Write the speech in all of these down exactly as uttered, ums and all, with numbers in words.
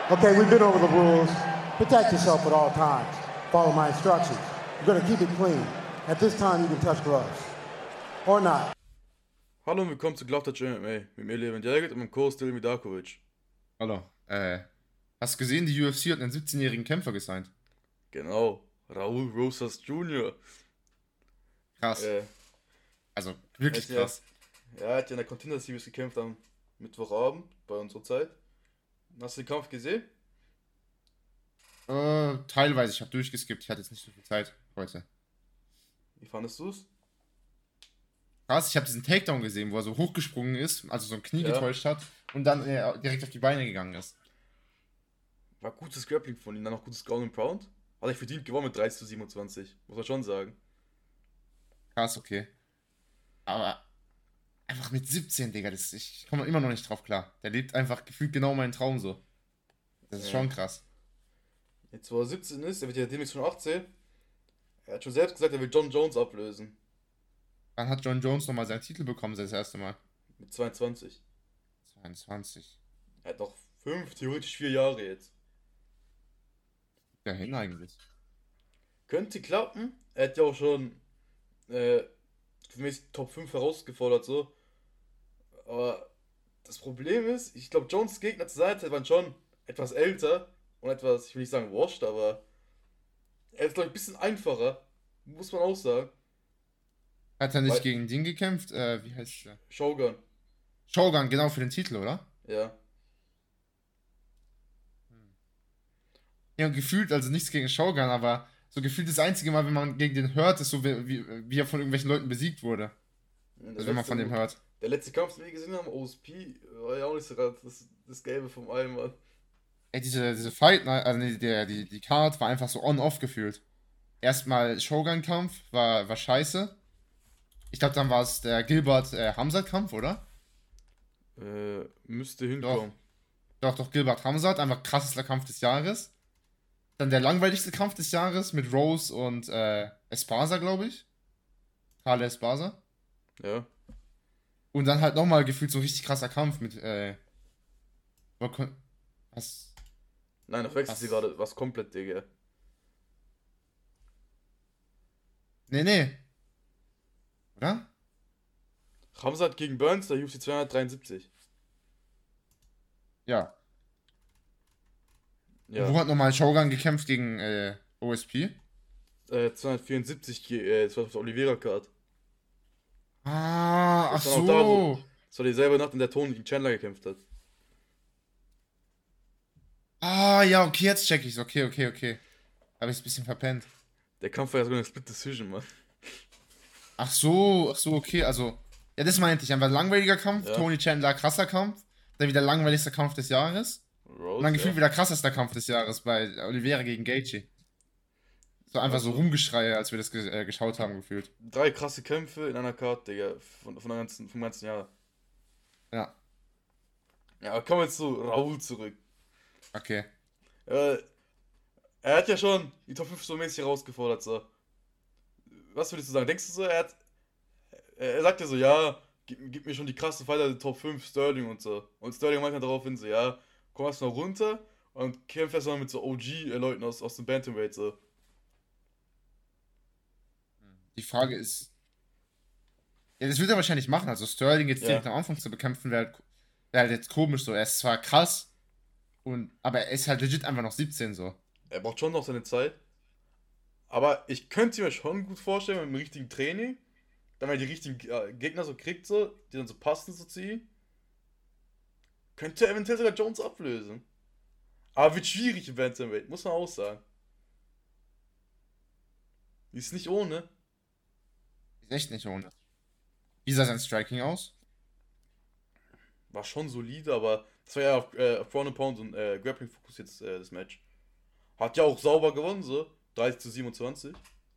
Okay, we've been over the rules. Protect yourself at all times. Follow my instructions. We're gonna keep it clean. At this time, you can touch gloves. Or not. Hallo und willkommen zu Glaubt M M A mit mir Levin Jelget und meinem Co-Host Dilmi Darkovic. Hallo, äh, hast du gesehen, die U F C hat einen siebzehnjährigen Kämpfer gesigned? Genau, Raul Rosas Junior Krass. Äh, also, wirklich er hat krass. Ja, er hat ja in der Contender Series gekämpft am Mittwochabend bei unserer Zeit. Hast du den Kampf gesehen? Äh, teilweise, ich habe durchgeskippt, ich hatte jetzt nicht so viel Zeit heute. Wie fandest du es? Krass, ich habe diesen Takedown gesehen, wo er so hochgesprungen ist, also so ein Knie Ja. getäuscht hat und dann äh, direkt auf die Beine gegangen ist. War gutes Grappling von ihm, dann auch gutes Ground and Pound. Hat er verdient gewonnen mit dreißig zu siebenundzwanzig, muss man schon sagen. Krass, okay. Aber einfach mit siebzehn, Digga, das, ich komme immer noch nicht drauf klar. Der lebt einfach gefühlt genau meinen Traum so. Das ist Ja. schon krass. Jetzt wo er siebzehn ist, er wird ja demnächst schon achtzehn. Er hat schon selbst gesagt, er will John Jones ablösen. Dann hat John Jones nochmal seinen Titel bekommen, das erste Mal. Mit zweiundzwanzig. zweiundzwanzig. Er hat noch fünf, theoretisch vier Jahre jetzt. Ja, hin eigentlich. Könnte klappen. Er hat ja auch schon äh, gemäß Top fünf herausgefordert, so. Aber das Problem ist, ich glaube, Jones Gegner zur Seite waren schon etwas älter und etwas, ich will nicht sagen washed, aber er ist, glaube ich, ein bisschen einfacher. Muss man auch sagen. Hat er nicht Weil- gegen den gekämpft? Äh, wie heißt der? Shogun, Shogun, genau, für den Titel, oder? ja. Ja, und gefühlt, also nichts gegen Shogun, aber so gefühlt das einzige Mal, wenn man gegen den hört, ist so, wie, wie, wie er von irgendwelchen Leuten besiegt wurde. Der Also wenn man letzte- von dem hört. Der letzte Kampf, den wir gesehen haben, O S P, war ja auch nicht so gerade das, das Gelbe vom Ei, Mann. Ey, diese, diese Fight, ne, also nee, der, die, die Card war einfach so on-off gefühlt. Erstmal Shogun-Kampf, war, war scheiße. Ich glaube, dann war es der Gilbert-Hamzat-Kampf, oder? Äh, müsste hinkommen. Doch, doch, Gilbert-Hamzat, einfach krassester Kampf des Jahres. Dann der langweiligste Kampf des Jahres mit Rose und äh, Esparza, glaube ich. Carla Esparza. Ja. Und dann halt nochmal gefühlt so ein richtig krasser Kampf mit, äh. Was? Nein, da wechselt Was? sie gerade was komplett, Digga. Nee, nee. Oder? Hamzat gegen Burns, der U F C zweihundertdreiundsiebzig. Ja. Ja. Wo hat nochmal Shogun gekämpft gegen äh, O S P? Äh, zweihundertvierundsiebzig, ge- äh, das war auf der Oliveira-Card. Ah, ach Das war noch da, wo- so. Das war dieselbe Nacht, in der Tony gegen Chandler gekämpft hat. Ah, ja, okay, jetzt check ich's. Okay, okay, okay. Hab ich's ein bisschen verpennt. Der Kampf war ja sogar eine Split Decision, Mann. Ach so, ach so, okay, also. Ja, das meinte ich. Einfach langweiliger Kampf, Ja. Tony Chandler, krasser Kampf. Dann wieder langweiligster Kampf des Jahres. Rose, Und dann gefühlt ja. wieder krassester Kampf des Jahres bei Oliveira gegen Gaethje. So einfach so Also- Rumgeschreie, als wir das ge äh, geschaut haben, gefühlt. Drei krasse Kämpfe in einer Card, Digga, von, von der ganzen, vom ganzen Jahr. Ja, Ja, aber kommen wir jetzt zu Raul zurück. okay. Äh, er hat ja schon die Top fünf so mäßig herausgefordert, so. Was würdest du sagen? Denkst du so, er hat. Er er sagt ja so, ja, gib, gib mir schon die krassen Fighter, die Top fünf, Sterling und so. Und Sterling meint dann daraufhin so, ja, komm erst mal runter und kämpf erst mal mit so O G-Leuten aus, aus dem Bantamweight, so. Die Frage ist. Ja, das wird er wahrscheinlich machen. Also Sterling jetzt Ja. direkt am Anfang zu bekämpfen, wäre halt, wär halt jetzt komisch so. Er ist zwar krass, und, aber er ist halt legit einfach noch siebzehn so. Er braucht schon noch seine Zeit. Aber ich könnte mir schon gut vorstellen, mit dem richtigen Training, dann wenn er die richtigen äh, Gegner so kriegt, so, die dann so passen so zu ihm, könnte er eventuell sogar Jones ablösen. Aber wird schwierig im Bantamweight, muss man auch sagen. Ist nicht ohne. Ist echt nicht ohne. Wie sah sein Striking aus? War schon solide, aber das war ja auf, äh, auf Ground and Pound und äh, Grappling fokussiert das, äh, das Match. Hat ja auch sauber gewonnen, so. dreißig zu siebenundzwanzig.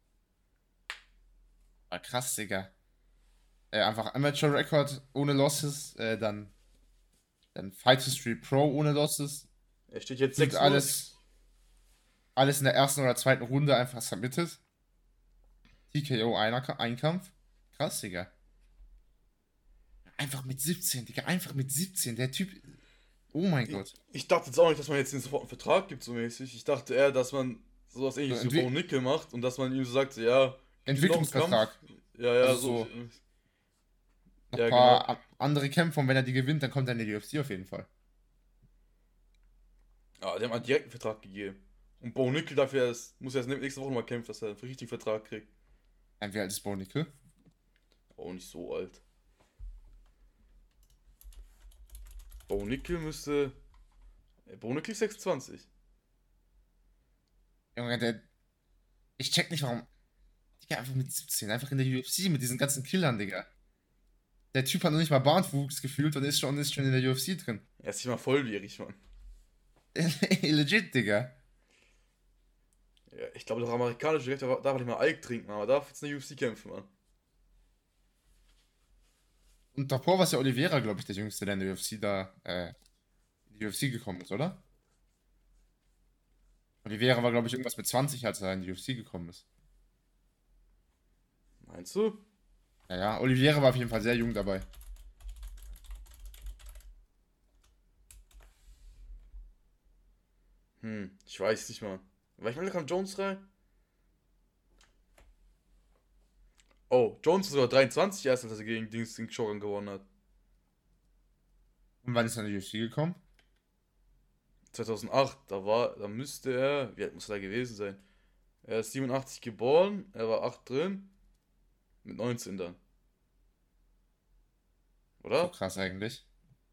War krass, Digga. Äh, einfach Amateur Record ohne Losses, äh, dann, dann Fight History Pro ohne Losses. Er steht jetzt Sind sechs alles, alles in der ersten oder zweiten Runde einfach submitted. T K O einer, ein Kampf. Krass, Digga. Einfach mit siebzehn, Digga, einfach mit siebzehn. Der Typ, Oh mein Ich, Gott. ich dachte jetzt auch nicht, dass man jetzt den sofort einen Vertrag gibt, so mäßig. Ich dachte eher, dass man sowas So ähnliches wie Entwi Bo Nickel macht und dass man ihm so sagt, so, ja, gibst du noch einen Kampf? Entwicklungsvertrag. Ja, ja, Also so. so noch ein Ja, genau. paar a- andere Kämpfe und wenn er die gewinnt, dann kommt er in die U F C auf jeden Fall. Ja, die haben einen direkten Vertrag gegeben. Und Bo Nickel dafür erst, muss erst nächste Woche mal kämpfen, dass er einen richtigen Vertrag kriegt. Und wie alt ist Bo Nickel? Auch nicht so alt. Bo Nickel müsste. Ey, Bo Nickel ist sechsundzwanzig. Junge, der. Ich check nicht, warum. Digga, einfach mit siebzehn, einfach in der U F C mit diesen ganzen Killern, Digga. Der Typ hat noch nicht mal Bartwuchs gefühlt und ist schon, ist schon in der U F C drin. Er ist nicht mal volljährig, Mann. Legit, Digga. Ja, ich glaube, der amerikanische Recht darf darf nicht mal Alk trinken, aber darf jetzt in der U F C kämpfen, Mann. Und davor war es ja Oliveira, glaube ich, der Jüngste, der in der U F C da, äh, in die U F C gekommen ist, oder? Oliveira war, glaube ich, irgendwas mit zwanzig, als er in die U F C gekommen ist. Meinst du? Naja, Oliveira war auf jeden Fall sehr jung dabei. Hm, ich weiß nicht mal. Weil ich meine, da kam Jones rein. Oh, Jones ist sogar dreiundzwanzig erst, als er gegen Dings gegen Shogun gewonnen hat. Und wann ist er in die U F C gekommen? zweitausendacht, da war, da müsste er, wie alt muss er da gewesen sein? Er ist siebenundachtzig geboren, er war acht drin, mit neunzehn dann. So Oder? krass eigentlich.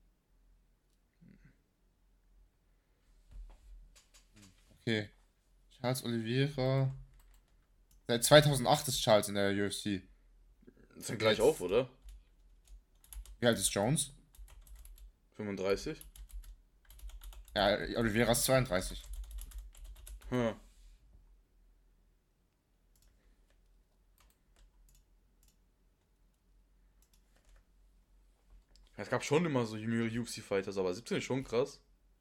Okay. Charles Oliveira. Seit zweitausendacht ist Charles in der U F C. Ist dann gleich auf, oder? Wie alt ist Jones? fünfunddreißig? Ja, Oliveira ist zweiunddreißig. Hm. Es gab schon immer so jüngere U F C-Fighters, aber siebzehn ist schon krass.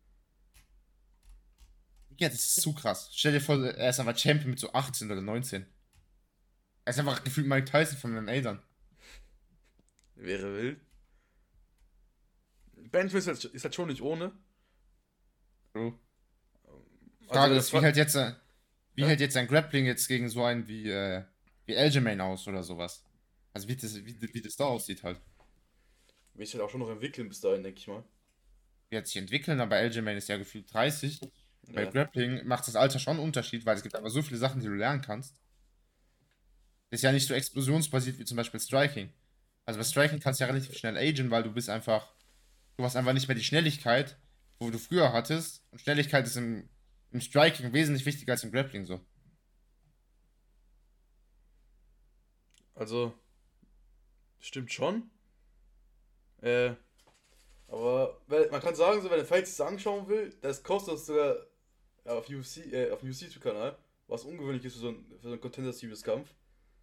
Ja, das ist zu krass. Stell dir vor, er ist einfach Champion mit so achtzehn oder neunzehn. Er ist einfach gefühlt Mike Tyson von den Eltern. Wäre wild. Benjamin ist halt, ist halt schon nicht ohne. Bro. Die Also, Frage das ist, wie war- hält jetzt, äh, wie Ja? hält jetzt sein Grappling jetzt gegen so einen wie, äh, wie Aljamain aus oder sowas? Also wie das, wie, wie das da aussieht halt. Will ich halt auch schon noch entwickeln bis dahin, denke ich mal. Wie hat sich entwickeln, aber Aljamain ist ja gefühlt dreißig. Bei Ja. Grappling macht das Alter schon einen Unterschied, weil es gibt aber so viele Sachen, die du lernen kannst. Ist ja nicht so explosionsbasiert wie zum Beispiel Striking. Also bei Striking kannst du ja relativ schnell agen, weil du bist einfach, du hast einfach nicht mehr die Schnelligkeit, wo du früher hattest. Und Schnelligkeit ist im, im Striking wesentlich wichtiger als im Grappling so. Also, stimmt schon. Äh, aber weil, man kann sagen, so, wenn der Fight sich anschauen will, das kostet das sogar ja, auf U F C, äh, auf dem U F C-Kanal, was ungewöhnlich ist für so einen, für so einen Contender-Series-Kampf.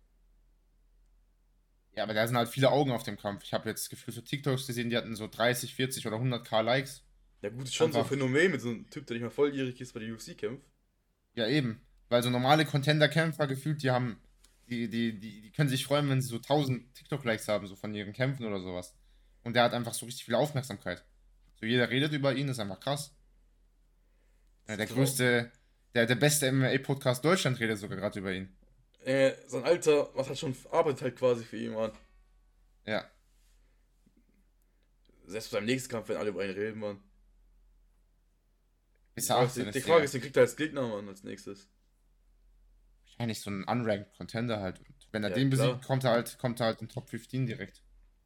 Ja, aber da sind halt viele Augen auf dem Kampf. Ich habe jetzt das Gefühl, so TikToks gesehen, die hatten so dreißig, vierzig oder hundert K Likes. Ja gut, ist schon so ein Einfach- Phänomen mit so einem Typ, der nicht mal volljährig ist bei der U F C kämpft. Ja, eben. Weil so normale Contender-Kämpfer gefühlt, die haben, die, die, die, die können sich freuen, wenn sie so tausend TikTok-Likes haben, so von ihren Kämpfen oder sowas. Und der hat einfach so richtig viel Aufmerksamkeit. So jeder redet über ihn, ist einfach krass. Ja, der Ist größte, der, der beste M M A-Podcast Deutschland redet sogar gerade über ihn. Äh, sein Alter, was halt schon arbeitet halt quasi für ihn, Mann. Ja. Selbst beim nächsten Kampf, wenn alle über ihn reden, Mann. Die Ist er Frage, ist, achtzehn die, ist die Frage der. ist, den kriegt er als Gegner, Mann, als nächstes. Wahrscheinlich so ein unranked Contender halt. Und wenn er Ja, den klar. besiegt, kommt er halt, kommt er halt in Top fünfzehn direkt.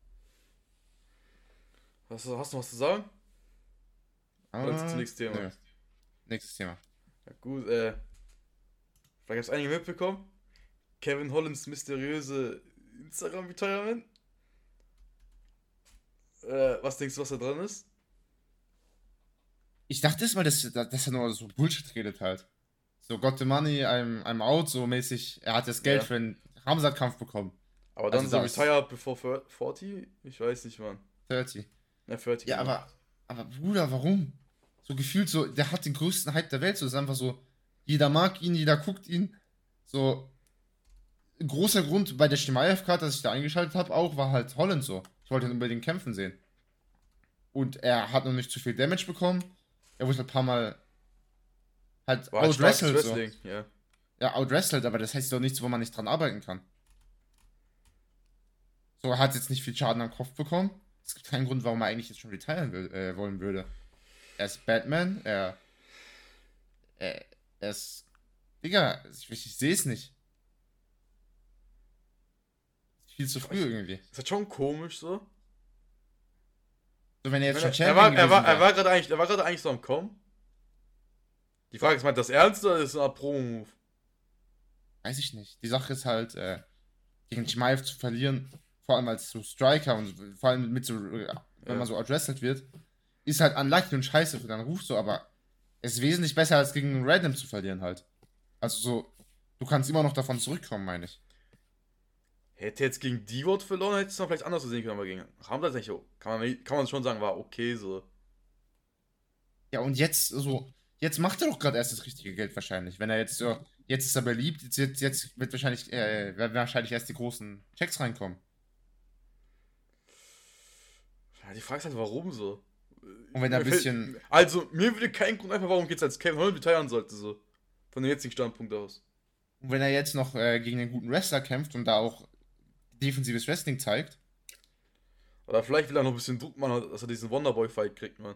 Hast du, hast du noch was zu sagen? Oder zum nächsten Thema? Nö. Nächstes Thema. Ja, gut, äh. Vielleicht habt ihr einige mitbekommen. Kevin Hollands mysteriöse Instagram-Retirement. Äh, was denkst du, was da dran ist? Ich dachte erst mal, dass, dass er nur so Bullshit redet halt. So, got the money, I'm, I'm out, so mäßig. Er hat das Geld Ja. für einen Hamzat-Kampf bekommen. Aber dann Also so das- retired before vierzig? Ich weiß nicht, Mann. dreißig. Ja, vierzig. Ja, genau. aber, aber Bruder, warum? So gefühlt so, der hat den größten Hype der Welt, so ist einfach so, jeder mag ihn, jeder guckt ihn. So, ein großer Grund bei der Stimaev-Card, dass ich da eingeschaltet habe, auch, war halt Holland so. Ich wollte ihn unbedingt kämpfen sehen. Und er hat noch nicht zu viel Damage bekommen. Er wurde ein paar Mal halt War halt starkes outwrestled. So. Wrestling, ja. Ja, outwrestled, aber das heißt doch nichts, wo man nicht dran arbeiten kann. So, er hat jetzt nicht viel Schaden am Kopf bekommen. Es gibt keinen Grund, warum er eigentlich jetzt schon retiren will, äh, wollen würde. Er ist Batman, er. Er, er ist. Digga, ich, ich sehe es nicht. Viel zu früh irgendwie. Ist halt schon komisch so. So, wenn er jetzt Meine, schon er Champion war, er war, gewesen er war gerade eigentlich, er war gerade eigentlich so am Kommen. Die Frage ist, meint das ernst oder ist das ein Promo-Move? Weiß ich nicht. Die Sache ist halt, äh, gegen Chimaev zu verlieren, vor allem als so Striker und vor allem mit so, äh, wenn Ja. man so outwrestelt wird, ist halt unlucky und scheiße für deinen Ruf so, aber es ist wesentlich besser, als gegen einen Random zu verlieren halt. Also so, du kannst immer noch davon zurückkommen, meine ich. Hätte jetzt gegen D-Wort verloren, hätte es noch vielleicht anders gesehen können, aber gegen Hamza ist nicht, kann man, kann man schon sagen, war okay so. Ja, und jetzt, so, jetzt macht er doch gerade erst das richtige Geld wahrscheinlich. Wenn er jetzt so, jetzt ist er beliebt, jetzt, jetzt, jetzt wird wahrscheinlich, äh, werden wahrscheinlich erst die großen Checks reinkommen. Ja, die Frage ist halt, warum so? Und wenn er ein Mir fällt- bisschen, Also, mir würde kein Grund einfach, warum jetzt als Kevin Holland retiren sollte, so. Von dem jetzigen Standpunkt aus. und wenn er jetzt noch äh, gegen einen guten Wrestler kämpft und da auch defensives Wrestling zeigt, Oder vielleicht will er noch ein bisschen Druck machen, dass er diesen Wonderboy-Fight kriegt, man.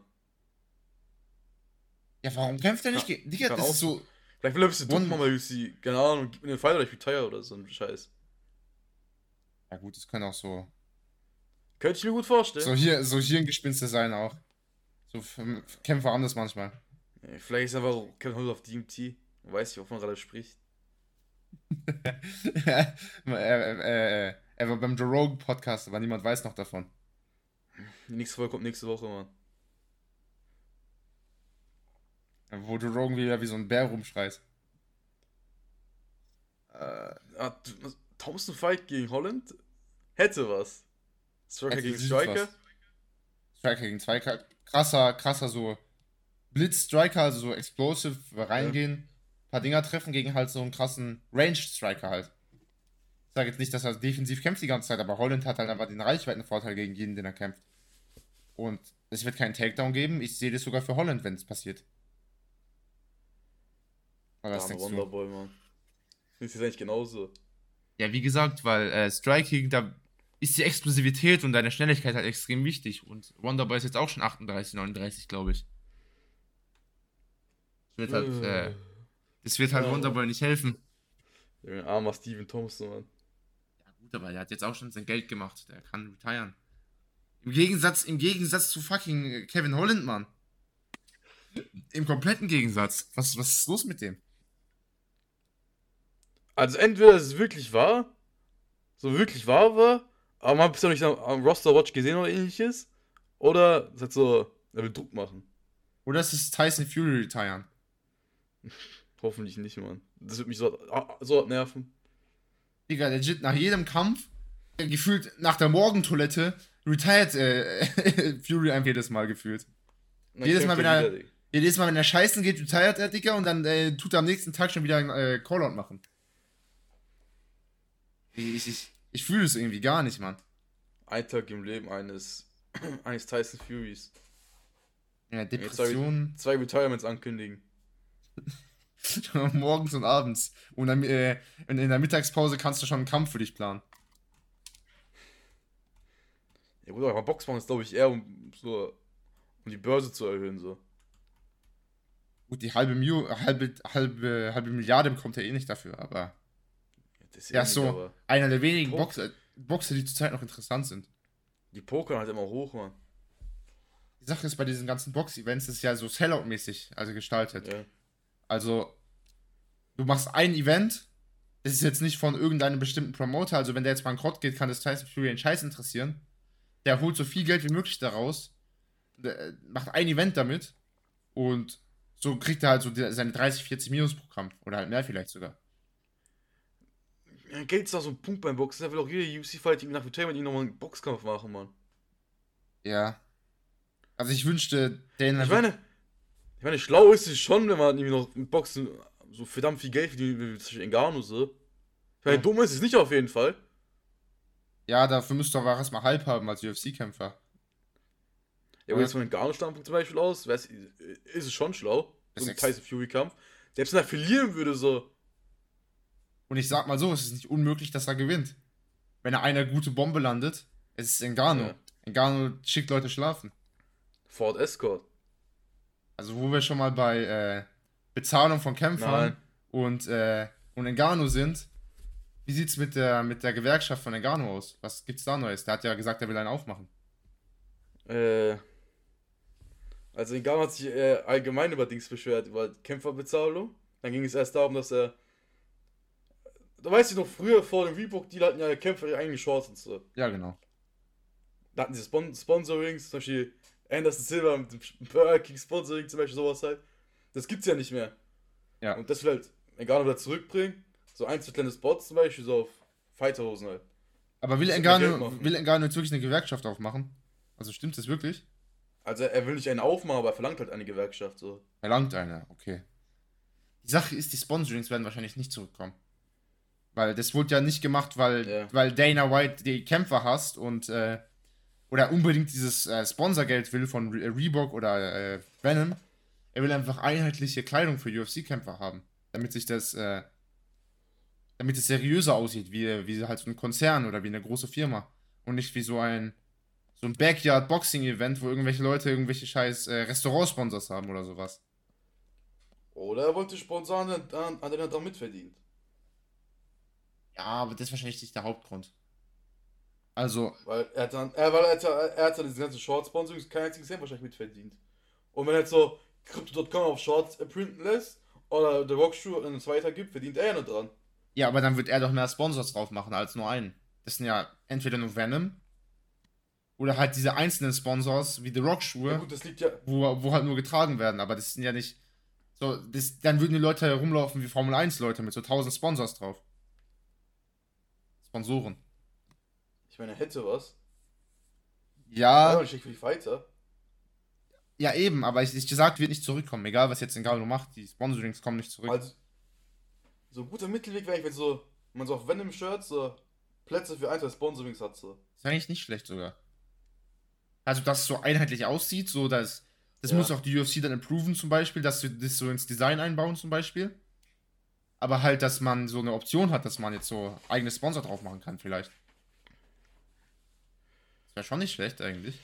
ja, warum kämpft er nicht Ja, gegen, Digga, kann das auch ist so, Vielleicht will er ein bisschen Druck Won- machen bei U F C. Keine Ahnung, gib mir den Fight oder ich retire oder so ein Scheiß. ja gut, das können auch so, Könnte ich mir gut vorstellen. so hier, so Hirngespinste sein auch. So für, für Kämpfer haben das manchmal. Ja, vielleicht ist er einfach Kevin Holland auf D M T. Man weiß nicht, wovon er gerade spricht. er, er, er, er war beim Joe Rogan Podcast, aber niemand weiß noch davon. Die nächste Folge kommt nächste Woche, Mann. Wo Joe Rogan wieder wie so ein Bär rumschreit. Äh, Ah, du- Thompson Fight gegen Holland? Hätte was. Striker Hätte gegen süß Striker? was. Striker gegen Striker. Krasser, krasser so Blitz-Striker, also so explosive reingehen, paar Dinger treffen gegen halt so einen krassen Ranged-Striker halt. Ich sage jetzt nicht, dass er defensiv kämpft die ganze Zeit, aber Holland hat halt einfach den Reichweitenvorteil gegen jeden, den er kämpft. Und es wird keinen Takedown geben. Ich sehe das sogar für Holland, wenn es passiert. Oder was Ah, denkst du? Wonderboy, Mann. Ist jetzt eigentlich genauso. Ja, wie gesagt, weil äh, Striking, da ist die Explosivität und deine Schnelligkeit halt extrem wichtig. Und Wonderboy ist jetzt auch schon achtunddreißig, neununddreißig, glaube ich. Das wird halt, äh, das wird halt Ja. Wonderboy nicht helfen. Ja, armer Steven Thompson, Mann. Ja gut, aber er hat jetzt auch schon sein Geld gemacht. Der kann retiren. Im Gegensatz, im Gegensatz zu fucking Kevin Holland, Mann. Im kompletten Gegensatz. Was, was ist los mit dem? Also entweder es ist wirklich wahr, so wirklich wahr war, aber man hat bisher noch nicht am, am Roster Watch gesehen oder ähnliches, oder es hat so, er will Druck machen. Oder ist es Tyson Fury retiren? Hoffentlich nicht, Mann. Das wird mich so, so nerven. Digga, legit, nach jedem Kampf, äh, gefühlt nach der Morgentoilette, retired äh, Fury einfach jedes Mal gefühlt. Und dann Jedes kämpft Mal, wenn er- wieder, Digga. Jedes Mal, wenn er scheißen geht, retired er, Digga, und dann äh, tut er am nächsten Tag schon wieder einen äh, Callout machen. Ich, ich, ich fühle es irgendwie gar nicht, Mann. Ein Tag im Leben eines, eines Tyson Furies. Ja, Jetzt soll Depressionen, ich zwei Retirements ankündigen. morgens und abends. Und dann, äh, in, in der Mittagspause kannst du schon einen Kampf für dich planen. Ja gut, aber Box machen ist glaube ich eher um so, um die Börse zu erhöhen, so. Gut, die halbe, Mio, halbe, halbe, halbe Milliarde bekommt er eh nicht dafür, aber Das er eh ist nicht, so aber einer der wenigen Punkt. Boxer, Boxer, die zurzeit noch interessant sind. die pokern halt immer hoch, Mann. Die Sache ist, bei diesen ganzen Box-Events ist ja so Sellout-mäßig also gestaltet. Ja. Also, du machst ein Event, das ist jetzt nicht von irgendeinem bestimmten Promoter, also wenn der jetzt bankrott geht, kann das Tyson Fury einen Scheiß interessieren. Der holt so viel Geld wie möglich daraus, der macht ein Event damit und so kriegt er halt so die, seine dreißig, vierzig Minus pro Kampf oder halt mehr vielleicht sogar. Ja, Geld ist auch so ein Punkt beim Boxen. Da will auch jeder U F C-Fighting nach Retirement nochmal einen Boxkampf machen, Mann. Ja. Also ich wünschte, den Ich meine, ich meine, schlau ist es schon, wenn man irgendwie noch mit Boxen so verdammt viel Geld verdient, wie zum Beispiel Ngannou so. Ich meine, Ja. dumm ist es nicht auf jeden Fall. ja, dafür müsste er aber erstmal Hype haben als U F C-Kämpfer. Ja, aber jetzt von den Garno-Standpunkt zum Beispiel aus, wär's, ist es schon schlau. Das So ein ist Tyson Fury-Kampf. Selbst wenn er verlieren würde, so. Und ich sag mal so, es ist nicht unmöglich, dass er gewinnt. Wenn er eine gute Bombe landet, es ist Ngannou. Ja. Ngannou schickt Leute schlafen. Ford Escort. Also wo wir schon mal bei äh, Bezahlung von Kämpfern Nein. und, äh, und Ngannou sind, wie sieht's mit der, mit der Gewerkschaft von Ngannou aus? Was gibt's da Neues? Der hat ja gesagt, er will einen aufmachen. Äh. Also Ngannou hat sich äh, allgemein über Dings beschwert, über Kämpferbezahlung. Dann ging es erst darum, dass er. Da weißt du noch, früher vor dem Reebok-Deal hatten ja Kämpfer ihre eigenen Shorts und so. Ja, genau. Da hatten sie Spon Sponsorings, zum Beispiel Anderson Silva mit dem Burger King Sponsoring, zum Beispiel sowas halt. Das gibt's ja nicht mehr. Ja. Und das will halt Ngannou wieder zurückbringen. So einzelne Spots zum Beispiel, so auf Fighterhosen halt. Aber will Das wird mehr Geld Ngannou, machen. will Ngannou jetzt wirklich eine Gewerkschaft aufmachen? Also stimmt das wirklich? Also er will nicht einen aufmachen, aber er verlangt halt eine Gewerkschaft, so. Verlangt eine, okay. Die Sache ist, die Sponsorings werden wahrscheinlich nicht zurückkommen. Weil das wurde ja nicht gemacht, weil, Ja. weil Dana White die Kämpfer hasst und äh, oder unbedingt dieses äh, Sponsorgeld will von Re Reebok oder äh, Venom. Er will einfach einheitliche Kleidung für U F C-Kämpfer haben. Damit sich das, äh, damit es seriöser aussieht, wie, wie halt so ein Konzern oder wie eine große Firma. Und nicht wie so ein so ein Backyard-Boxing-Event, wo irgendwelche Leute irgendwelche scheiß äh, Restaurant-Sponsors haben oder sowas. Oder er wollte Sponsoren, an, an, an denen er da mitverdient. Ja, aber das ist wahrscheinlich nicht der Hauptgrund. Also, Weil er hat dann, er, weil er hat, ja- er hat ja diese ganzen Short-Sponsorings kein einziges Cent wahrscheinlich mitverdient. Und wenn er jetzt so Crypto Punkt com auf Shorts äh, printen lässt oder The Rock Shoe und es weitergibt, verdient er ja nur dran. ja, aber dann wird er doch mehr Sponsors drauf machen als nur einen. Das sind ja entweder nur Venom oder halt diese einzelnen Sponsors wie The Rock Ja Schuhe, gut, das liegt ja. wo, wo halt nur getragen werden, aber das sind ja nicht so, das, dann würden die Leute herumlaufen wie Formel eins Leute mit so tausend Sponsors drauf. Sponsoren. Ich meine, er hätte was. Ja, Aber nicht für die Fighter. ja eben, aber ich, ich gesagt, wird nicht zurückkommen, egal was jetzt Ngannou macht, die Sponsorings kommen nicht zurück. Also, so ein guter Mittelweg wäre eigentlich, wenn so, wenn man so auf Venom-Shirts so Plätze für ein, zwei Sponsorings hat. So. Ist eigentlich nicht schlecht sogar. Also, dass es so einheitlich aussieht, so dass. Das Ja. muss auch die U F C dann improven, zum Beispiel, dass sie das so ins Design einbauen, zum Beispiel. Aber halt, dass man so eine Option hat, dass man jetzt so eigene Sponsor drauf machen kann, vielleicht. Das wäre schon nicht schlecht, eigentlich.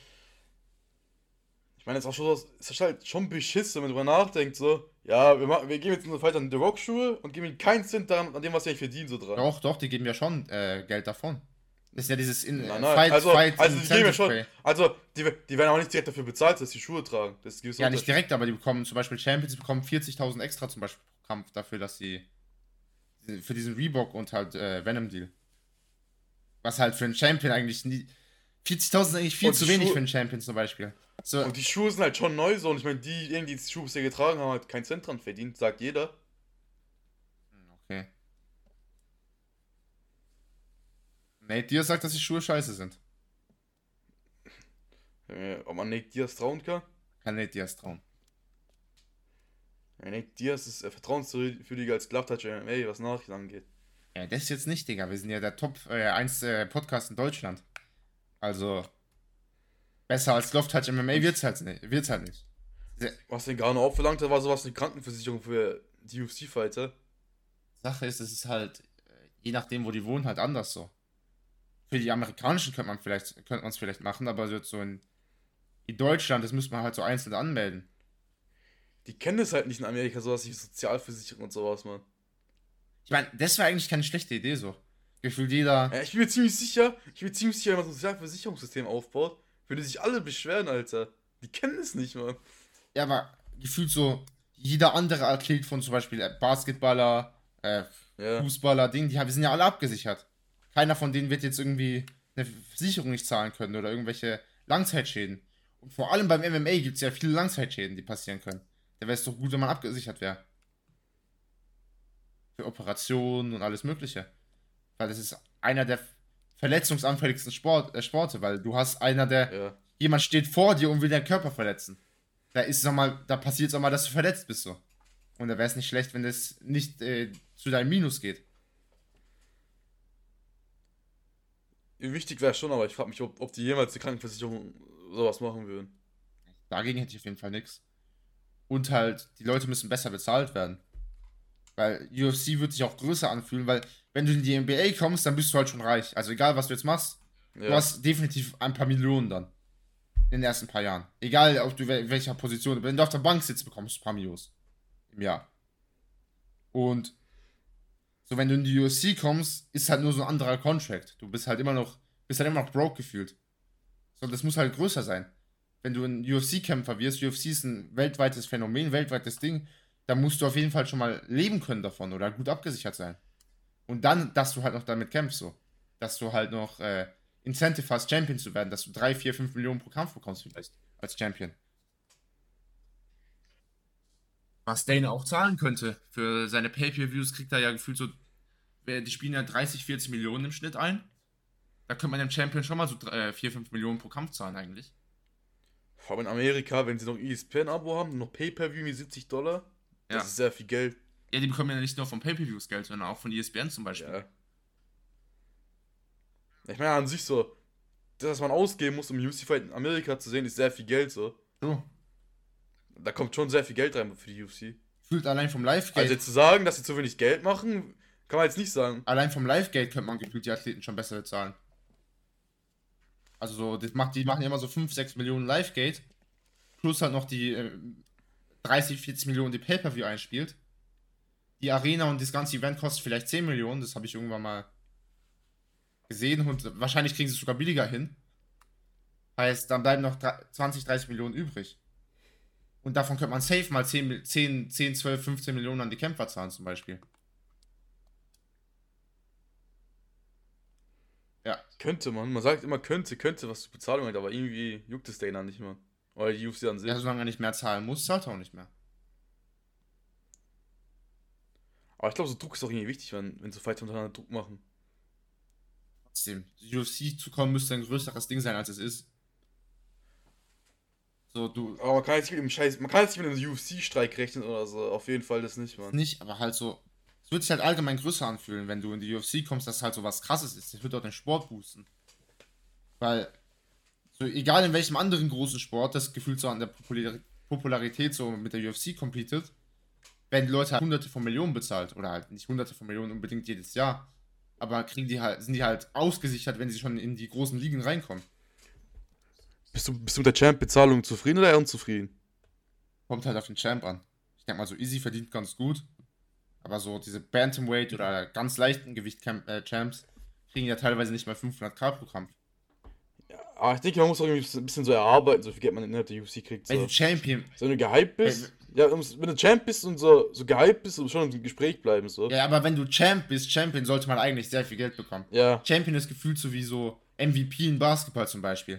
Ich meine, jetzt auch schon, so- es ist halt schon beschissen, wenn man drüber nachdenkt, so, ja, wir, machen, wir geben jetzt unseren Fightern The Rock-Schuhe und geben ihnen keinen Cent daran, an dem, was sie eigentlich verdienen, so dran. Doch, doch, die geben ja schon äh, Geld davon. Das ist ja dieses in, Nein, äh, nein, Fight, also, Fight also die geben ja Incentive schon, Pay. also die, die werden auch nicht direkt dafür bezahlt, dass die Schuhe tragen. Das ist ein gewisser Ja, nicht Unterschied. direkt, aber die bekommen zum Beispiel Champions, die bekommen vierzigtausend extra zum Beispiel pro Kampf dafür, dass sie für diesen Reebok und halt äh, Venom-Deal. Was halt für einen Champion eigentlich nie. vierzigtausend ist eigentlich viel Und zu die wenig Schuhe- für einen Champion zum Beispiel. So, Und die Schuhe sind halt schon neu so und ich meine, diejenigen, die die Schuhe bisher getragen haben, halt keinen Cent dran verdient, sagt jeder. okay. Nate Diaz sagt, dass die Schuhe scheiße sind. Äh, ob man Nate Diaz trauen kann? Kann Nate Diaz trauen. Ja, Nate Diaz ist äh, vertrauenswürdiger als Glove Touch M M A, was Nachrichten angeht. Ja, das ist jetzt nicht, Digga. Wir sind ja der Top äh, eins äh, Podcast in Deutschland. Also, besser als Love Touch M M A wird's halt nicht. Wird's halt nicht. Sehr- Was den Garno auch verlangt hat, war sowas wie eine Krankenversicherung für die U F C-Fighter. Sache ist, es ist halt, äh, je nachdem, wo die wohnen, halt anders so. Für die amerikanischen könnte man vielleicht, könnte man es vielleicht machen, aber so jetzt so in, in Deutschland, das müsste man halt so einzeln anmelden. Die kennen das halt nicht in Amerika, sowas wie Sozialversicherung und sowas, Mann. Ich meine, das wäre eigentlich keine schlechte Idee so. Gefühlt jeder. Ja, ich bin mir ziemlich sicher, ich bin mir ziemlich sicher, wenn man so ein Sozialversicherungssystem aufbaut, würde sich alle beschweren, Alter. Die kennen es nicht, Mann. Ja, aber gefühlt so, jeder andere Athlet von zum Beispiel äh, Basketballer, äh, Ja. Fußballer, Ding, die haben- die sind ja alle abgesichert. Keiner von denen wird jetzt irgendwie eine Versicherung nicht zahlen können oder irgendwelche Langzeitschäden. Und vor allem beim M M A gibt es ja viele Langzeitschäden, die passieren können. Da wäre es doch gut, wenn man abgesichert wäre. Für Operationen und alles Mögliche. Weil das ist einer der verletzungsanfälligsten Sport, äh, Sporte, weil du hast einer, der. Ja. Jemand steht vor dir und will deinen Körper verletzen. Da ist es mal, da passiert es auch mal, dass du verletzt bist so. Und da wäre es nicht schlecht, wenn das nicht äh, zu deinem Minus geht. Wichtig wäre schon, aber ich frage mich, ob, ob die jemals die Krankenversicherung sowas machen würden. Dagegen hätte ich auf jeden Fall nichts. Und halt, die Leute müssen besser bezahlt werden. Weil U F C wird sich auch größer anfühlen, weil wenn du in die N B A kommst, dann bist du halt schon reich. Also egal, was du jetzt machst, Ja. du hast definitiv ein paar Millionen dann. In den ersten paar Jahren. Egal, ob du in welcher Position du bist. Wenn du auf der Bank sitzt, bekommst du ein paar Millios. Im Jahr. Und so, wenn du in die U F C kommst, ist halt nur so ein anderer Contract. Du bist halt immer noch, bist halt immer noch broke gefühlt. So, das muss halt größer sein. Wenn du ein U F C-Kämpfer wirst, U F C ist ein weltweites Phänomen, weltweites Ding, dann musst du auf jeden Fall schon mal leben können davon oder gut abgesichert sein. Und dann, dass du halt noch damit kämpfst, so. Dass du halt noch äh, Incentive hast, Champion zu werden, dass du drei, vier, fünf Millionen pro Kampf bekommst vielleicht als Champion. Was Dana auch zahlen könnte. Für seine Pay-Per-Views kriegt er ja gefühlt so, die spielen ja dreißig, vierzig Millionen im Schnitt ein. Da könnte man dem Champion schon mal so äh, vier, fünf Millionen pro Kampf zahlen eigentlich. Vor allem in Amerika, wenn sie noch E S P N-Abo haben, noch Pay-Per-View mit siebzig Dollar, das Ja. ist sehr viel Geld. Ja, die bekommen ja nicht nur von Pay-Per-Views Geld, sondern auch von E S P N zum Beispiel. Ja. Ich meine an sich so, das, was man ausgeben muss, um U F C-Fight in Amerika zu sehen, ist sehr viel Geld so. So. Da kommt schon sehr viel Geld rein für die U F C. Fühlt allein vom Live-Gate. Also jetzt zu sagen, dass sie zu wenig Geld machen, kann man jetzt nicht sagen. Allein vom Live-Gate könnte man gefühlt die Athleten schon besser bezahlen. Also so, das macht, die machen ja immer so fünf, sechs Millionen Live-Gate. Plus halt noch die äh, dreißig, vierzig Millionen, die Pay-Per-View einspielt. Die Arena und das ganze Event kostet vielleicht zehn Millionen, das habe ich irgendwann mal gesehen und wahrscheinlich kriegen sie es sogar billiger hin. Heißt, dann bleiben noch zwanzig, dreißig Millionen übrig. Und davon könnte man safe mal zehn, zehn, zehn, zwölf, fünfzehn Millionen an die Kämpfer zahlen zum Beispiel. Ja. Könnte man. Man sagt immer könnte, könnte, was die Bezahlung hat, aber irgendwie juckt es Dana nicht mehr. Oder die U F C an sich. Ja, solange er nicht mehr zahlen muss, zahlt er auch nicht mehr. Aber ich glaube, so Druck ist auch irgendwie wichtig, wenn, wenn so Fighter untereinander Druck machen. Trotzdem, die U F C zu kommen müsste ein größeres Ding sein, als es ist. So, du. Aber man kann jetzt nicht mit dem Scheiß, man kann jetzt nicht mit einem U F C-Streik rechnen oder so. Auf jeden Fall das nicht, man. Nicht, aber halt so. Es wird sich halt allgemein größer anfühlen, wenn du in die U F C kommst, dass halt so was krasses ist. Das wird auch den Sport boosten. Weil, so egal in welchem anderen großen Sport, das gefühlt so an der Popular Popularität so mit der U F C competet, werden die Leute halt hunderte von Millionen bezahlt. Oder halt nicht hunderte von Millionen unbedingt jedes Jahr. Aber kriegen die halt, sind die halt ausgesichert, wenn sie schon in die großen Ligen reinkommen. Bist du, bist du mit der Champ-Bezahlung zufrieden oder eher unzufrieden? Kommt halt auf den Champ an. Ich denke mal, so Easy verdient ganz gut. Aber so diese Bantamweight oder ganz leichten Gewicht-Champs kriegen ja teilweise nicht mal fünfhunderttausend pro Kampf. Ja, aber ich denke, man muss auch irgendwie ein bisschen so erarbeiten, so viel Geld man innerhalb der U F C kriegt. So. Wenn du Champion. So, wenn du gehypt bist, ja, wenn du Champ bist und so, so gehypt bist, musst du schon im Gespräch bleiben, so. Ja, aber wenn du Champ bist, Champion sollte man eigentlich sehr viel Geld bekommen. Ja. Champion ist gefühlt so wie so M V P in Basketball zum Beispiel.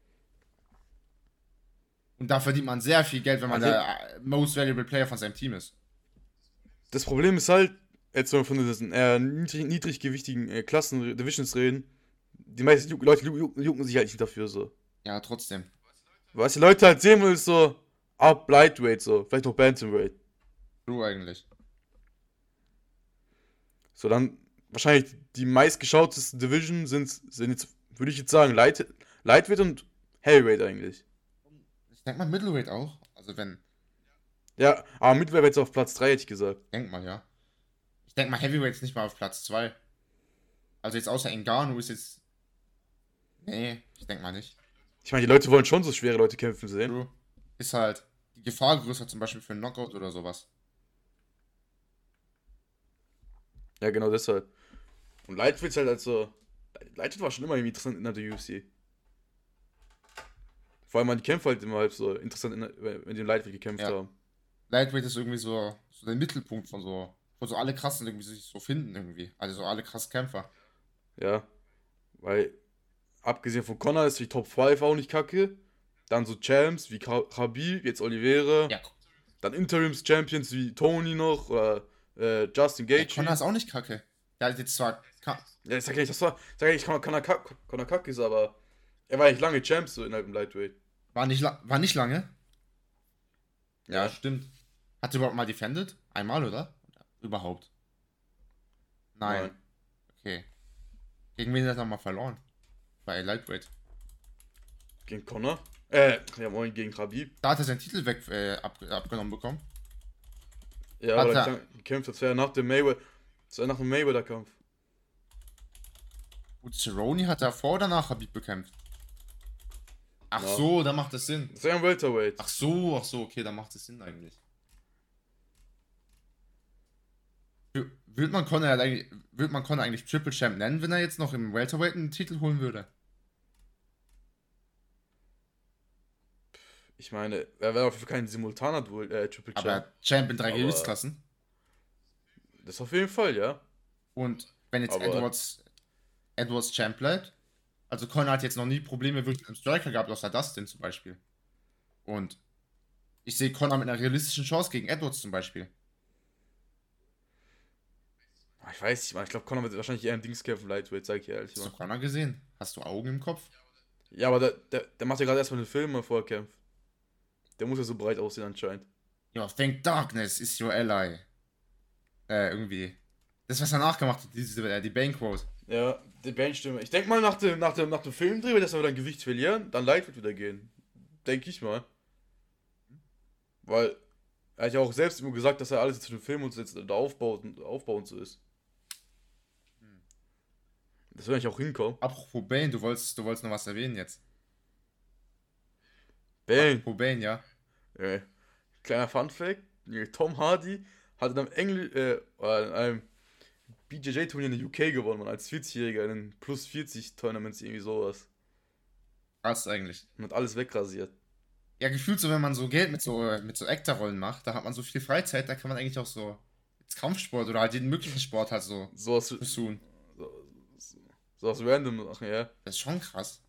Und da verdient man sehr viel Geld, wenn man Also- der Most Valuable Player von seinem Team ist. Das Problem ist halt, jetzt wenn wir von diesen eher niedrig, niedriggewichtigen äh, Klassen, Divisions reden, die meisten Ju Leute ju ju jucken sich halt nicht dafür, so. Ja, trotzdem. Was die Leute halt sehen wollen, ist so, ab Lightweight, so, vielleicht noch Bantamweight. True eigentlich. So, dann wahrscheinlich die meistgeschautesten Division sind, sind jetzt, würde ich jetzt sagen, Light, Lightweight und Heavyweight eigentlich. Ich denke mal Middleweight auch. Also wenn, Ja, aber Mittlerweile jetzt auf Platz drei, hätte ich gesagt. denk mal, ja. Ich denke mal Heavyweight ist nicht mal auf Platz zwei. Also jetzt außer Ngannou ist jetzt. Nee, ich denke mal nicht. Ich meine, die Leute wollen schon so schwere Leute kämpfen sehen. True. Ist halt die Gefahr größer zum Beispiel für einen Knockout oder sowas. Ja, genau deshalb. Und Lightweight ist halt also. Lightweight war schon immer irgendwie interessant in der U F C. Vor allem, man die Kämpfe halt immer halt so interessant, in der, wenn die im Lightweight gekämpft Ja. haben. Lightweight ist irgendwie so, so der Mittelpunkt von so, wo so alle krassen irgendwie sich so finden irgendwie. Also so alle krassen Kämpfer. Ja. Weil, abgesehen von Conor ist die Top fünf auch nicht kacke. Dann so Champs wie Khabib, jetzt Oliveira. Ja, Dann Interims-Champions wie Tony noch oder äh, Justin ja Gaethje. Conor ist auch nicht kacke. Der hat jetzt zwar. Ka Ja, ich sag ja nicht, das war. Ich sag ja nicht, Conor, Conor, Kack- Conor Kack ist, aber er war eigentlich lange Champs so innerhalb dem Lightweight. war, nicht la war nicht lange. Ja, Ja. stimmt. Hat er überhaupt mal defended? Einmal, oder? Überhaupt. Nein. Nein. Okay. Gegen wen hat er mal verloren? Bei Lightweight. Gegen Conor? Äh, ja, moin, gegen Khabib. Da hat er seinen Titel weg äh, ab, abgenommen bekommen. Ja, Hat aber er- dann gekämpft, das wäre nach dem Mayweather, das wäre nach dem Mayweather-Kampf. Gut, Cerrone hat er vor oder nach Khabib bekämpft? Ach Ja. so, da macht das Sinn. Das wäre ein Welterweight. Ach so, ach so, okay, da macht es Sinn eigentlich. W- Würde man Conor halt eigentlich, würde man Conor eigentlich Triple Champ nennen, wenn er jetzt noch im Welterweight einen Titel holen würde? Ich meine, er wäre auf jeden Fall kein simultaner Duel, äh, Triple Champ. Aber Champ in drei Aber- Gewichtsklassen. Das auf jeden Fall, ja. Und wenn jetzt Aber- Edwards, Edwards Champ bleibt, also Conor hat jetzt noch nie Probleme wirklich mit einem Striker gehabt, außer Dustin zum Beispiel. Und ich sehe Conor mit einer realistischen Chance gegen Edwards zum Beispiel. Ah, Ich weiß nicht, man. Ich glaube, Conor wird wahrscheinlich eher ein Dings kämpfen, Lightweight, sag ich ehrlich. Hast du Mann. Conor gesehen? Hast du Augen im Kopf? Ja, aber der, der, der macht ja gerade erstmal den Film, bevor er kämpft. Der muss ja so breit aussehen anscheinend. Ja, thank darkness is your ally. Äh, irgendwie. Das, was er nachgemacht hat, diese, äh, die Bane-Quote. Ja, die Bandstimme. Ich denke mal, nach dem, nach dem, nach dem Filmdreh wird er wieder ein Gewicht verlieren, dann Lightweight wieder gehen. Denke ich mal. Weil er hat ja auch selbst immer gesagt, dass er alles zu dem Film und so jetzt da aufbaut und aufbaut und so ist. Das wird eigentlich auch hinkommen. Apropos Bane, du wolltest, du wolltest noch was erwähnen jetzt. Bane. Apropos Bane, ja. Äh, kleiner Funfact: Tom Hardy hat in einem, Engl äh, oder in einem B J J-Turnier in der U K gewonnen, man, als vierzig-Jähriger in den Plus vierzig Tournaments, irgendwie sowas. Krass eigentlich. Und hat alles wegrasiert. Ja, gefühlt so, wenn man so Geld mit so, mit so Actor-Rollen macht, da hat man so viel Freizeit, da kann man eigentlich auch so jetzt Kampfsport oder halt jeden möglichen Sport halt so Sowas, versuchen. so, so, sowas random machen, ja. Das ist schon krass.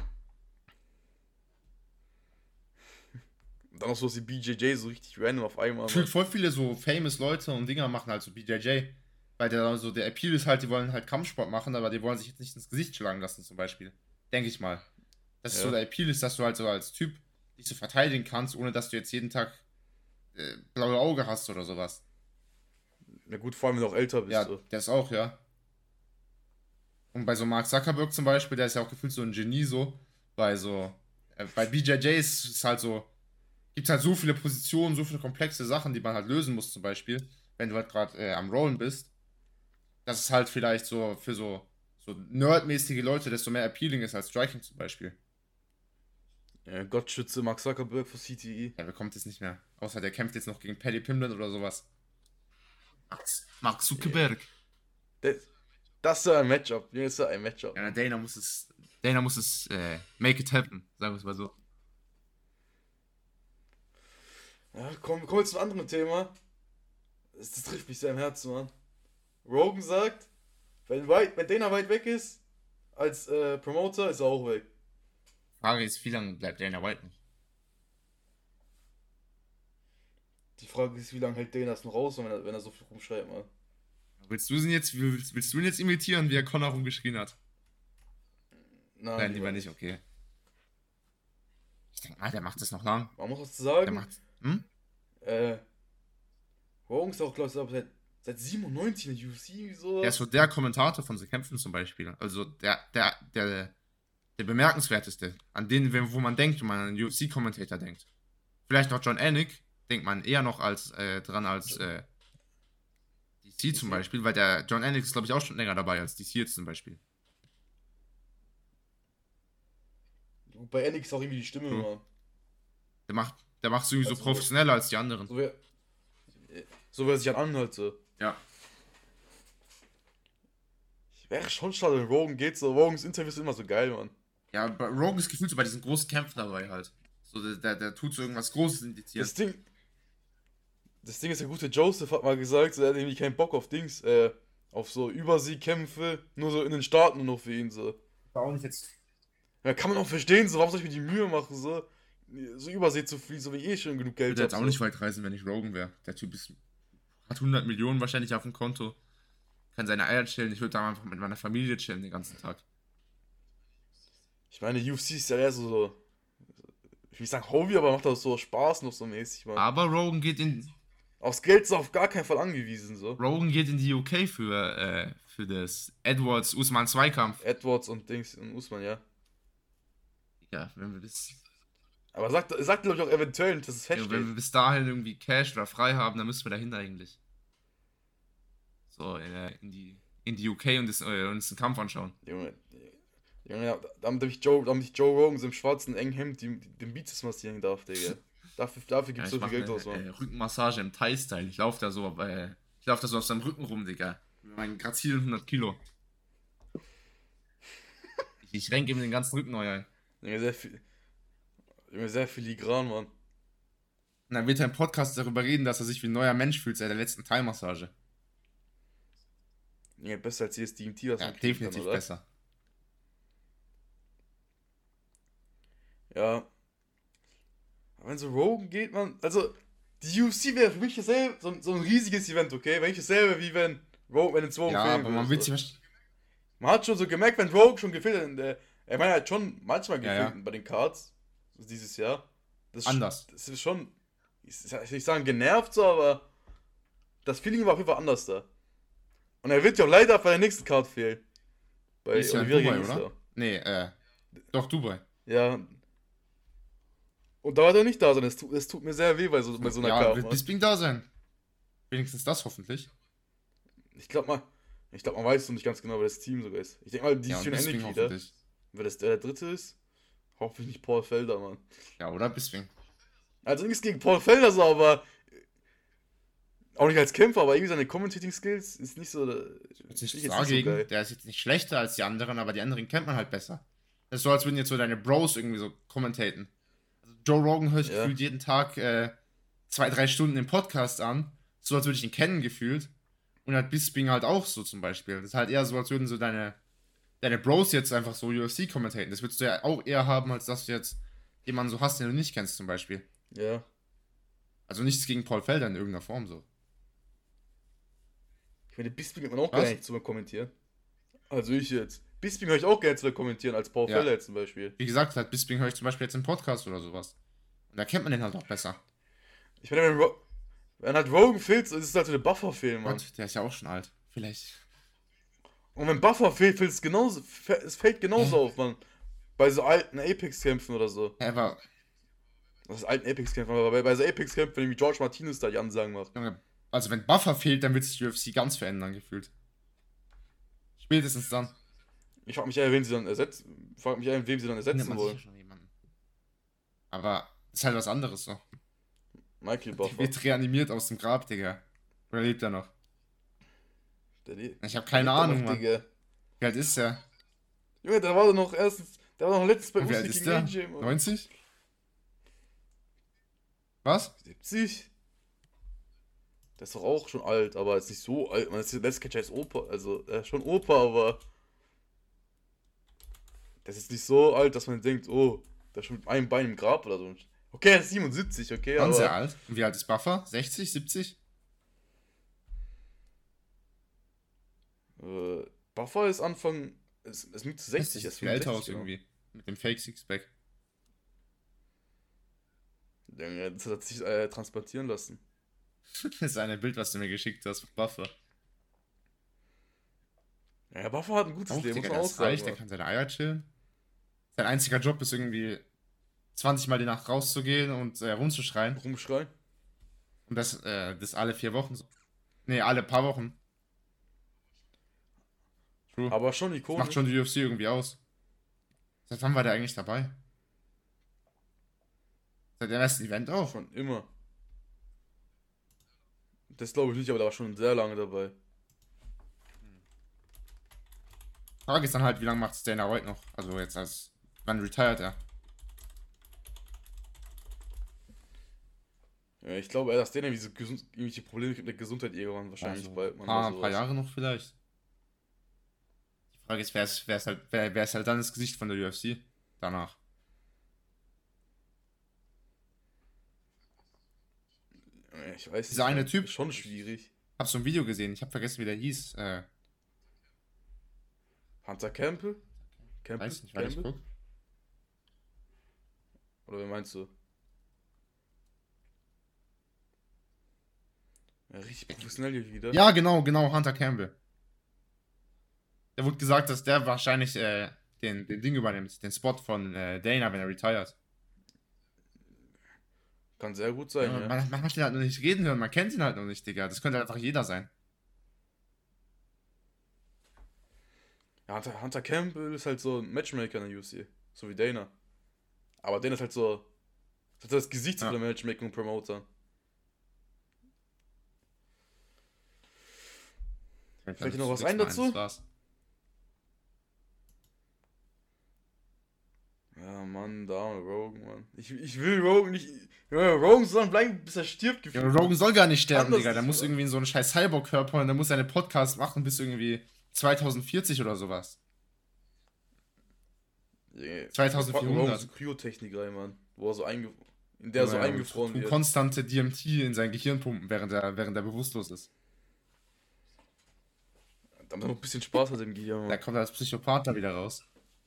Und dann noch sowas wie B J J, so richtig random auf einmal. Gefühlt Mann. voll viele so famous Leute und Dinger machen halt so B J J. Weil der so, der Appeal ist halt, die wollen halt Kampfsport machen, aber die wollen sich jetzt nicht ins Gesicht schlagen lassen zum Beispiel. Denke ich mal. Dass Ja. so der Appeal ist, dass du halt so als Typ dich so verteidigen kannst, ohne dass du jetzt jeden Tag äh, blaue Auge hast oder sowas. Ja gut, vor allem wenn du auch älter bist. Ja, So. der ist auch, ja. Und bei so Mark Zuckerberg zum Beispiel, der ist ja auch gefühlt so ein Genie so. Bei so, äh, bei B J J ist es halt so, gibt halt so viele Positionen, so viele komplexe Sachen, die man halt lösen muss zum Beispiel, wenn du halt gerade äh, am Rollen bist. Dass es halt vielleicht so für so, so nerdmäßige Leute desto mehr appealing ist als Striking zum Beispiel. Ja, Gott schütze Mark Zuckerberg vor C T E. Er bekommt jetzt nicht mehr. Außer der kämpft jetzt noch gegen Paddy Pimblett oder sowas. Max, Mark Zuckerberg. Das, das ist ja ein Matchup. Ja, das ist ja ein Matchup. Ja, Dana muss es, Dana muss es äh, make it happen, sagen wir es mal so. Ja, komm, kommen wir zu einem anderen Thema. Das, das trifft mich sehr im Herzen, Mann. Rogan sagt, wenn, weit, wenn Dana weit weg ist, als äh, Promoter, ist er auch weg. Frage ist, wie lange bleibt Dana White noch? Die Frage ist, wie lange hält Dana das noch raus, wenn er, wenn er so viel rumschreit, Mann. Willst du ihn jetzt, willst, willst du ihn jetzt imitieren, wie er Connor rumgeschrien hat? Nein, Nein, lieber nicht, okay. Ich denke mal, der macht das noch lang. Man muss was zu Der sagen. macht, hm? Äh, Rogan ist auch, glaube ich, seit, seit siebenundneunzig in der U F C, wie so. Der ist so der Kommentator von so Kämpfen zum Beispiel. Also der, der, der, der bemerkenswerteste. An den, wo man denkt, wenn man an einen U F C-Kommentator denkt. Vielleicht noch John Anik, denkt man eher noch als äh, dran als äh, D C zum Beispiel, weil der John Anik ist, glaube ich, auch schon länger dabei als D C jetzt zum Beispiel. Bei Enix ist auch irgendwie die Stimme, Hm. Mann. Der macht, der macht es irgendwie Also, so professioneller als die anderen. So wer, so wer sich an anhört, so. Ja. Wäre schon schade, wenn Rogan geht, so. Rogans Interviews sind immer so geil, Mann. Ja, bei Rogan ist gefühlt so bei diesen großen Kämpfen dabei halt. So, der, der, der tut so irgendwas Großes indiziert. Das Ding. Das Ding ist, der gute Joseph hat mal gesagt, so, er hat irgendwie keinen Bock auf Dings, äh, auf so Übersiegkämpfe, nur so in den Staaten nur noch für ihn, so. War auch nicht jetzt. Ja, kann man auch verstehen, so, warum soll ich mir die Mühe machen, so, so Übersee zu fliegen, so wie ich eh schon genug Ich Geld würde jetzt hab, auch so. nicht weit reisen, wenn ich Rogan wäre. Der Typ ist, hat hundert Millionen wahrscheinlich auf dem Konto. Kann seine Eier chillen. Ich würde da einfach mit meiner Familie chillen den ganzen Tag. Ich meine, U F C ist ja eher so, so ich will nicht sagen Hobby, aber macht das so Spaß noch so mäßig, Mann. Aber Rogan geht in Aufs Geld ist er auf gar keinen Fall angewiesen, so. Rogan geht in die U K für, äh, für das Edwards Usman Zweikampf. Edwards und Dings und Usman, ja. Ja, wenn wir das. Aber sagt, sagt glaube ich auch eventuell, dass es Ja, wenn feststeht. wir bis dahin irgendwie Cash oder frei haben, dann müssen wir dahin eigentlich. So, äh, in die, in die U K und, das, äh, uns den Kampf anschauen. Junge, Junge, ja, damit ich Joe, damit ich Joe Rogan so im schwarzen engen Hemd die, die, den Bizeps massieren darf, Digga. Dafür, dafür Ja, gibt's ich so viel mache Geld eine aus, Mann. äh, Rückenmassage im Thai-Style. Ich laufe da so, äh, ich laufe da so auf seinem Rücken rum, Digga. Mit meinen grazilen hundert Kilo. Ich, ich renke ihm den ganzen Rücken neu ein. Junge, sehr viel, Junge, sehr filigran, Mann. Und dann wird er im Podcast darüber reden, dass er sich wie ein neuer Mensch fühlt seit der letzten Thai-Massage. Junge, besser als jedes D M T, was Ja, man kriegen definitiv kann, oder? besser. Ja. Aber wenn so Rogan geht, man, also, die U F C wäre für mich dasselbe, so, ein- so ein riesiges Event, okay? Wenn ich dasselbe wie wenn Rogan, wenn in zwei Ja, fehlen aber man würde. wird So. sich wahrscheinlich. Man hat schon so gemerkt, wenn Rogan schon gefehlt hat, in der, er meine, er hat schon manchmal Ja, gefehlt ja. bei den Cards, so dieses Jahr. Das ist, Anders. Das ist schon, ich will nicht sagen genervt so, aber das Feeling war auf jeden Fall anders da. Und er wird ja auch leider bei der nächsten Card fehlen. Bei Ist ja in Oliveira Dubai, gegen oder? Islam. Nee, äh. Doch, Dubai. Ja. Und da wird er nicht da sein. Das tut, das tut mir sehr weh bei so, bei so einer Ja, Card. wird Mann. Bisping da sein. Wenigstens das hoffentlich. Ich glaube mal, ich glaube, man weiß noch nicht ganz genau, wer das Team sogar ist. Ich denke mal, die Ja, und führen Bisping Endlich wieder. hoffentlich. Wer das der, der dritte ist, hoffe ich nicht Paul Felder, Mann. Ja, oder Bisping. Also nichts gegen Paul Felder so, aber auch nicht als Kämpfer, aber irgendwie seine Commentating-Skills ist nicht so. Jetzt nicht finde ich so jetzt nicht so dagegen. geil. Der ist jetzt nicht schlechter als die anderen, aber die anderen kennt man halt besser. Das ist so, als würden jetzt so deine Bros irgendwie so kommentaten. Also Joe Rogan höre ich Ja. gefühlt jeden Tag äh, zwei, drei Stunden im Podcast an. So, als würde ich ihn kennen gefühlt. Und halt Bisping halt auch so zum Beispiel. Das ist halt eher so, als würden so deine, deine Bros jetzt einfach so U F C kommentaten. Das würdest du ja auch eher haben, als dass du jetzt jemanden so hast, den du nicht kennst zum Beispiel. Ja. Also nichts gegen Paul Felder in irgendeiner Form so. Ich meine, Bisping hat man auch Was? gerne zu kommentieren. Also ich jetzt. Bisping höre ich auch gerne zu kommentieren, als Paul Ja. Felder jetzt zum Beispiel. Wie gesagt, halt Bisping höre ich zum Beispiel jetzt im Podcast oder sowas. Und da kennt man den halt auch besser. Ich meine, wenn, Ro wenn halt Rogan fehlt, ist es halt so eine Buffer-Film, Mann. Gott, der ist ja auch schon alt. Vielleicht. Und wenn Buffer fehlt, fällt es genauso, es fällt genauso Hä? auf, Mann. Bei so alten Apex-Kämpfen oder so. Er war, Das ist alten Apex-Kämpfen, aber bei, bei so Apex-Kämpfen, wenn irgendwie George Martinez da die Ansagen macht. Junge, also wenn Buffer fehlt, dann wird sich die U F C ganz verändern, gefühlt. Spätestens dann. Ich frage mich eher, wen sie dann ersetzen. Frag mich eher, wem sie dann Findet ersetzen man wollen. sicher schon jemanden. Aber ist halt was anderes so. Michael Der Buffer. wird reanimiert aus dem Grab, Digga. Oder lebt er noch? Der le- Ich habe keine lebt doch Ahnung, noch, Mann. Digga. Wie alt ist der? Junge, der war doch noch erstens, der war noch letztens bei Und wie alt Usyk ist gegen der? A J, Mann. neunzig? Was? siebzig? Der ist doch auch schon alt, aber ist nicht so alt. Man, das letzte Catcher ist Opa, also er ist schon Opa, aber das ist nicht so alt, dass man denkt, oh, der ist schon mit einem Bein im Grab oder so. Okay, er ist siebenundsiebzig, okay, Schon sehr aber alt. Und wie alt ist Buffer? sechzig, siebzig? äh, Buffer ist Anfang, es ist Mitte sechzig, Das ist sieht älter aus fünfundsechzig, irgendwie. Mit dem Fake Sixpack. genau. Junge, das hat sich äh, transplantieren lassen. Das ist ein Bild, was du mir geschickt hast von Buffer. Ja, Buffer hat ein gutes Auch, Leben, Digga, muss man der auch ist reich, sagen. der Mann. kann seine Eier chillen. Sein einziger Job ist irgendwie zwanzig Mal die Nacht rauszugehen und äh, rumzuschreien. Rumschreien. Und das, äh, das alle vier Wochen so. Nee, alle paar Wochen. True. Aber schon Das ikonisch. macht schon die U F C irgendwie aus. Seit wann war der eigentlich dabei? Seit dem ersten Event auch. Schon immer. Das glaube ich nicht, aber der war schon sehr lange dabei. Frage ist dann halt, wie lange macht es Dana White noch? Also jetzt als, wann retired er? Ja, ich glaube, dass der irgendwie so gesund, irgendwelche Probleme mit der Gesundheit irgendwann wahrscheinlich Also, bald. Man, paar, oder ein paar sowas. Jahre noch vielleicht. Die Frage ist, wer ist, wer ist, halt, wer, wer ist halt dann das Gesicht von der U F C? Danach. Ja, ich weiß Dieser eine nicht, Typ- ist schon schwierig. Hab so ein Video gesehen, ich hab vergessen, wie der hieß. Äh, Hunter Campbell? Campbell? weiß nicht, weil ich Campbell? guck. Oder wer meinst du? Ja, richtig professionell hier wieder. Ja, genau, genau, Hunter Campbell. Da wurde gesagt, dass der wahrscheinlich äh, den, den Ding übernimmt, den Spot von äh, Dana, wenn er retired. Kann sehr gut sein, Ja, ja. man, man hat ihn halt noch nicht reden hören, man kennt ihn halt noch nicht, Digga. Das könnte halt einfach jeder sein. Ja, Hunter, Hunter Campbell ist halt so ein Matchmaker in der U F C. So wie Dana. Aber Dana ist halt so. Das ist das Gesicht Ja. von der Matchmaking und Promoter. Fällt dir noch was ein dazu? Das war's. Ja, Mann, da, Rogan, Mann. Ich, ich will Rogan nicht. Ja, Rogan soll bleiben, bis er stirbt, Ja, gefühlt. Rogan soll gar nicht sterben, Anders Digga. Der nicht, muss oder? irgendwie in so einen scheiß Cyborg-Körper und der muss seine Podcast machen bis irgendwie zwanzig vierzig oder sowas. Yeah. zweitausendvierhundert. So Kryotechnik rein, Mann. Wo er so einge in der so Ja, eingefroren und wird. konstante D M T in sein Gehirn pumpen, während er, während er bewusstlos ist. Damit er noch ein bisschen Spaß hat im Gehirn, Da Mann. kommt er als Psychopath da wieder raus.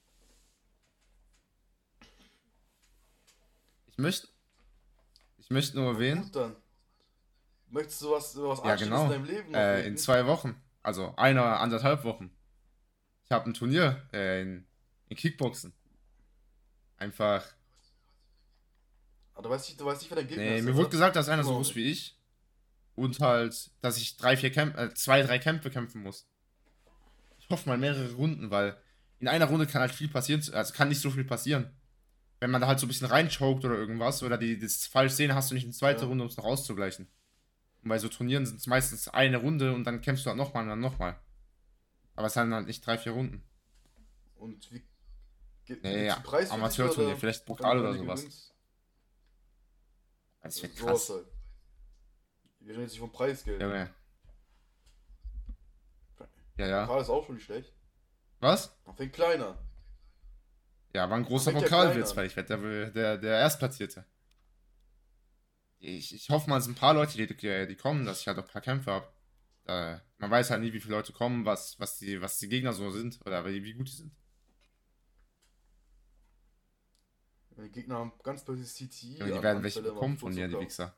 Ich möchte. Ich möchte nur erwähnen. Gut dann. Möchtest du was, was Ja, Anständiges genau. in deinem Leben noch Äh, reden? in zwei Wochen. Also einer, anderthalb Wochen. Ich habe ein Turnier äh, in, in Kickboxen. Einfach. Aber du weißt nicht, du weißt nicht, wer dein Gegner Nee, ist. mir oder? wurde gesagt, dass einer so Genau. groß wie ich. Und halt, dass ich drei, vier Kämpfe, äh, zwei, drei Kämpfe kämpfen muss. Ich hoffe mal mehrere Runden, weil in einer Runde kann halt viel passieren, also kann nicht so viel passieren. Wenn man da halt so ein bisschen reinchoked oder irgendwas oder die das falsch sehen, hast du nicht eine zweite Ja. Runde, um es noch auszugleichen. Und bei so Turnieren sind es meistens eine Runde und dann kämpfst du halt nochmal und dann nochmal. Aber es sind halt nicht drei, vier Runden. Und wie. Ge Nee, gibt's ja, einen Preis für dich, Amateurturnier, oder vielleicht wenn- Pokal wenn oder du sowas. gewinnst? Das wird Sowas krass. halt. Wir reden jetzt nicht vom Preisgeld. Junge. Ja, ja. Pokal ist auch schon nicht schlecht. Was? Noch viel kleiner. Ja, war ein großer fängt ja Pokal klein wird's, an. weil ich werde der, der, der Erstplatzierte. Ich, ich hoffe mal, es sind ein paar Leute, die, die, die kommen, dass ich halt auch ein paar Kämpfe habe. Äh, man weiß halt nie, wie viele Leute kommen, was, was, die, was die Gegner so sind oder wie, wie gut die sind. Die Gegner haben ganz böse C T I. Junge, die werden welche bekommen von mir, die Wichser.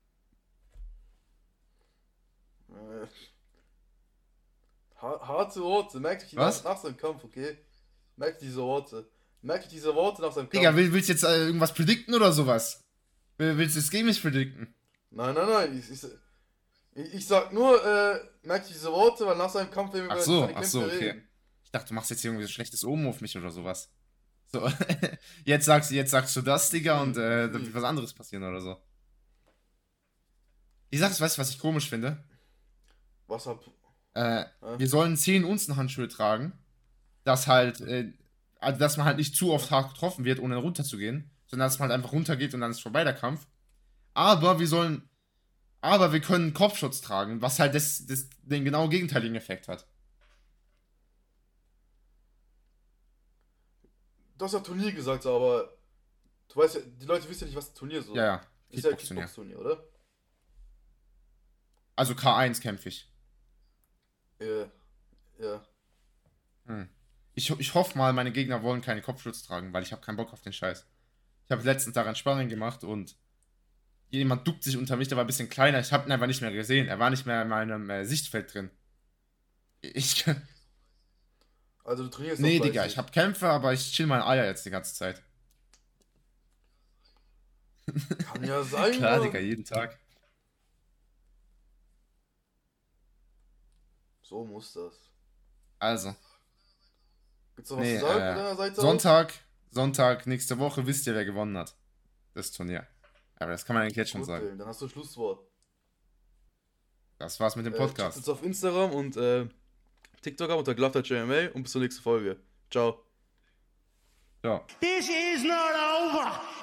Äh, har- harte Worte, merkt euch die Was? nach, nach seinem Kampf, okay? Merkt diese Worte. Merkt euch diese Worte nach seinem Digga, Kampf. will, willst du jetzt äh, irgendwas predikten oder sowas? Will, willst du das gegen mich predikten? Nein, nein, nein. Ich, ich, ich, ich sag nur, äh, merkt euch diese Worte, weil nach seinem Kampf werden wir Ach über so, seine ach so, Kämpfe okay. reden. Ich dachte, du machst jetzt hier irgendwie so schlechtes Omen auf mich oder sowas. So, jetzt sagst, jetzt sagst du das, Digga, und äh, da wird was anderes passieren oder so. Die Sache ist, weißt du, was ich komisch finde? Was hab. Äh, Ja. wir sollen zehn Unzen Handschuhe tragen, dass halt, äh, also dass man halt nicht zu oft hart getroffen wird, ohne runterzugehen, sondern dass man halt einfach runtergeht und dann ist vorbei der Kampf. Aber wir sollen, aber wir können Kopfschutz tragen, was halt das, das, den genau gegenteiligen Effekt hat. Du hast ja Turnier gesagt, aber. Du weißt ja, die Leute wissen ja nicht, was ein Turnier so Ja, ja, ist. Ja Kickbox-Turnier. Kickbox-Turnier, oder? Also K eins kämpfe ich. Ja. Ja. Hm. Ich, ich hoffe mal, meine Gegner wollen keine Kopfschutz tragen, weil ich habe keinen Bock auf den Scheiß. Ich habe letztens daran Sparring gemacht und jemand duckt sich unter mich, der war ein bisschen kleiner. Ich habe ihn einfach nicht mehr gesehen. Er war nicht mehr in meinem äh, Sichtfeld drin. Ich, Also du trainierst nee, auch Digga, fleißig. ich habe Kämpfe, aber ich chill meine Eier jetzt die ganze Zeit. Kann ja sein, Klar, Mann. Digga, jeden Tag. So muss das. Also, Gibt's noch was nee, zu sagen äh, von deiner Seite aus? Sonntag, Sonntag, nächste Woche wisst ihr, wer gewonnen hat. Das Turnier. Aber das kann man eigentlich jetzt schon Gut, sagen. Dylan, dann hast du ein Schlusswort. Das war's mit dem Äh, checkt Podcast. uns auf Instagram und äh, TikTok ab unter Glafter J M A und bis zur nächsten Folge. Ciao. Ciao. This is not over.